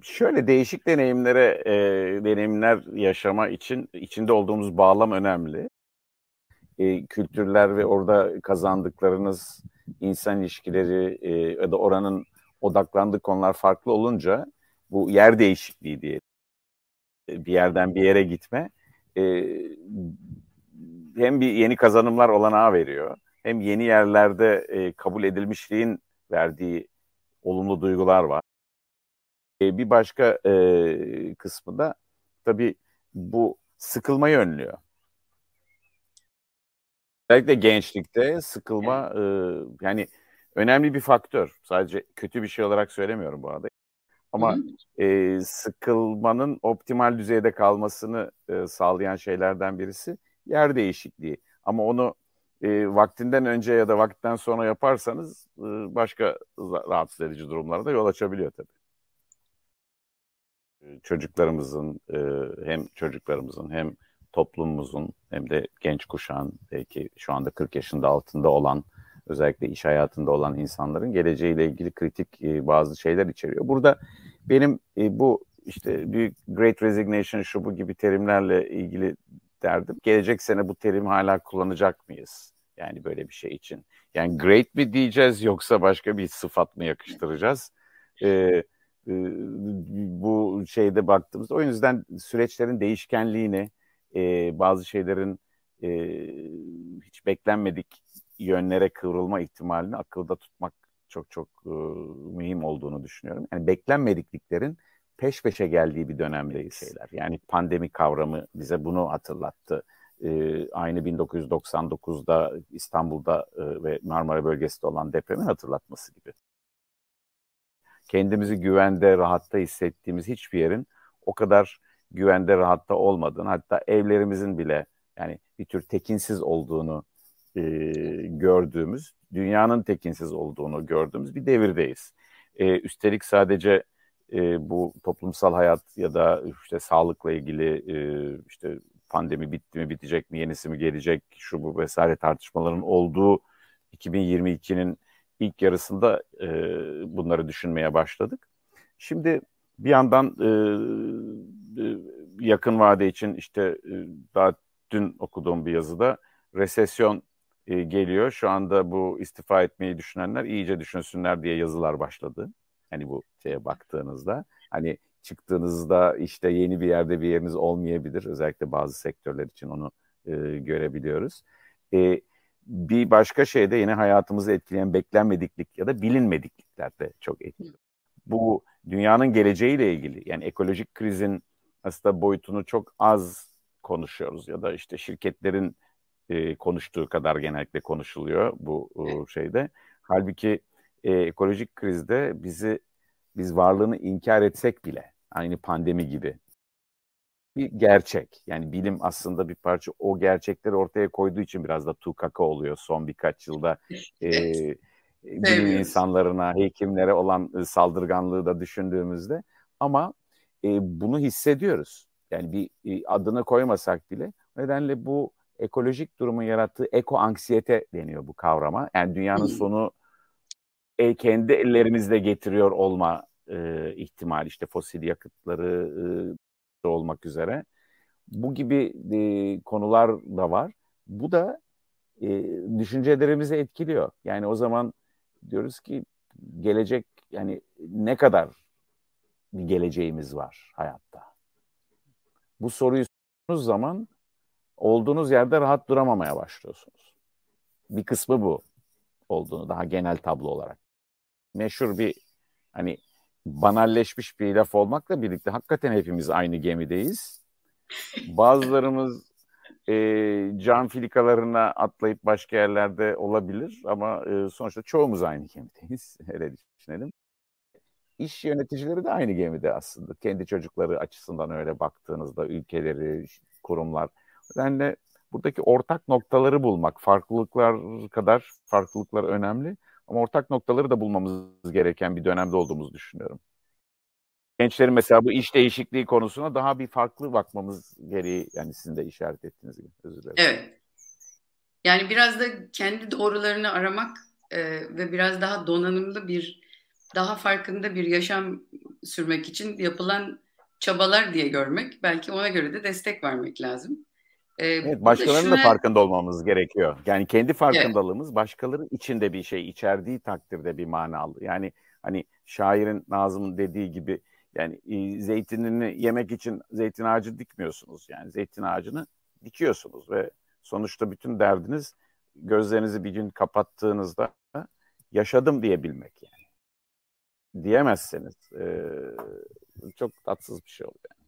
Şöyle değişik deneyimler yaşama için içinde olduğumuz bağlam önemli. Kültürler ve orada kazandıklarınız, insan ilişkileri ya da oranın odaklandığı konular farklı olunca bu yer değişikliği diye bir yerden bir yere gitme hem bir yeni kazanımlar olanağı veriyor, hem yeni yerlerde kabul edilmişliğin verdiği olumlu duygular var. Bir başka kısmı da tabii bu sıkılmayı önlüyor. Özellikle gençlikte sıkılma yani önemli bir faktör. Sadece kötü bir şey olarak söylemiyorum bu arada. Ama sıkılmanın optimal düzeyde kalmasını sağlayan şeylerden birisi yer değişikliği. Ama onu vaktinden önce ya da vakitten sonra yaparsanız başka rahatsız edici durumlara da yol açabiliyor tabii. Çocuklarımızın hem toplumumuzun hem de genç kuşağın, belki şu anda 40 yaşında altında olan, özellikle iş hayatında olan insanların geleceğiyle ilgili kritik bazı şeyler içeriyor. Burada benim bu işte büyük Great Resignation, şu bu gibi terimlerle ilgili derdim. Gelecek sene bu terimi hala kullanacak mıyız? Yani böyle bir şey için. Yani great mi diyeceğiz, yoksa başka bir sıfat mı yakıştıracağız? Bu şeyde baktığımızda, o yüzden süreçlerin değişkenliğini, bazı şeylerin hiç beklenmedik yönlere kıvrılma ihtimalini akılda tutmak çok çok mühim olduğunu düşünüyorum. Yani beklenmedikliklerin peş peşe geldiği bir dönemdeyiz şeyler. Yani pandemi kavramı bize bunu hatırlattı. Aynı 1999'da İstanbul'da ve Marmara bölgesinde olan depremin hatırlatması gibi. Kendimizi güvende, rahatta hissettiğimiz hiçbir yerin o kadar güvende, rahatta olmadığını, hatta evlerimizin bile yani bir tür tekinsiz olduğunu gördüğümüz, dünyanın tekinsiz olduğunu gördüğümüz bir devirdeyiz. Üstelik sadece bu toplumsal hayat ya da işte sağlıkla ilgili işte pandemi bitti mi, bitecek mi, yenisi mi gelecek, şu bu vesaire tartışmaların olduğu 2022'nin ilk yarısında bunları düşünmeye başladık. Şimdi bir yandan yakın vade için işte daha dün okuduğum bir yazıda resesyon geliyor. Şu anda bu istifa etmeyi düşünenler iyice düşünsünler diye yazılar başladı. Hani bu şeye baktığınızda, hani çıktığınızda işte yeni bir yerde bir yeriniz olmayabilir. Özellikle bazı sektörler için onu görebiliyoruz. Bir başka şey de yine hayatımızı etkileyen beklenmediklik ya da bilinmediklikler de çok etkili. Bu dünyanın geleceğiyle ilgili, yani ekolojik krizin aslında boyutunu çok az konuşuyoruz ya da işte şirketlerin konuştuğu kadar genellikle konuşuluyor bu şeyde. Halbuki ekolojik krizde biz varlığını inkar etsek bile, aynı pandemi gibi bir gerçek. Yani bilim aslında bir parça o gerçekleri ortaya koyduğu için biraz da tukaka oluyor son birkaç yılda. Evet, Bilim sevmiyoruz. insanlarına, hekimlere olan saldırganlığı da düşündüğümüzde. Ama bunu hissediyoruz. Yani bir adını koymasak bile. O nedenle bu ekolojik durumun yarattığı eko-anksiyete deniyor bu kavrama. Yani dünyanın sonu kendi ellerimizle getiriyor olma ihtimali, işte fosil yakıtları olmak üzere. Bu gibi konular da var. Bu da e, düşüncelerimizi etkiliyor. Yani o zaman diyoruz ki gelecek, yani ne kadar bir geleceğimiz var hayatta? Bu soruyu sorduğunuz zaman olduğunuz yerde rahat duramamaya başlıyorsunuz. Bir kısmı bu olduğunu, daha genel tablo olarak. Meşhur bir, hani banalleşmiş bir laf olmakla birlikte hakikaten hepimiz aynı gemideyiz. Bazılarımız cam filikalarına atlayıp başka yerlerde olabilir ama sonuçta çoğumuz aynı gemideyiz. Öyle düşünelim. İş yöneticileri de aynı gemide aslında. Kendi çocukları açısından öyle baktığınızda, ülkeleri, kurumlar. Yani buradaki ortak noktaları bulmak, farklılıklar kadar farklılıklar önemli ama ortak noktaları da bulmamız gereken bir dönemde olduğumuzu düşünüyorum. Gençlerin mesela bu iş değişikliği konusuna daha bir farklı bakmamız gereği, yani sizin de işaret ettiğiniz gibi. Özür dilerim. Evet. Yani biraz da kendi doğrularını aramak ve biraz daha donanımlı bir, daha farkında bir yaşam sürmek için yapılan çabalar diye görmek. Belki ona göre de destek vermek lazım. Evet, Burada başkalarının da şuna, farkında olmamız gerekiyor. Yani kendi evet, farkındalığımız başkaları içinde bir şey içerdiği takdirde bir manalı. Yani hani şairin Nazım'ın dediği gibi yani zeytinini yemek için zeytin ağacı dikmiyorsunuz. Yani zeytin ağacını dikiyorsunuz ve sonuçta bütün derdiniz gözlerinizi bir gün kapattığınızda yaşadım diyebilmek yani. Diyemezseniz çok tatsız bir şey oluyor.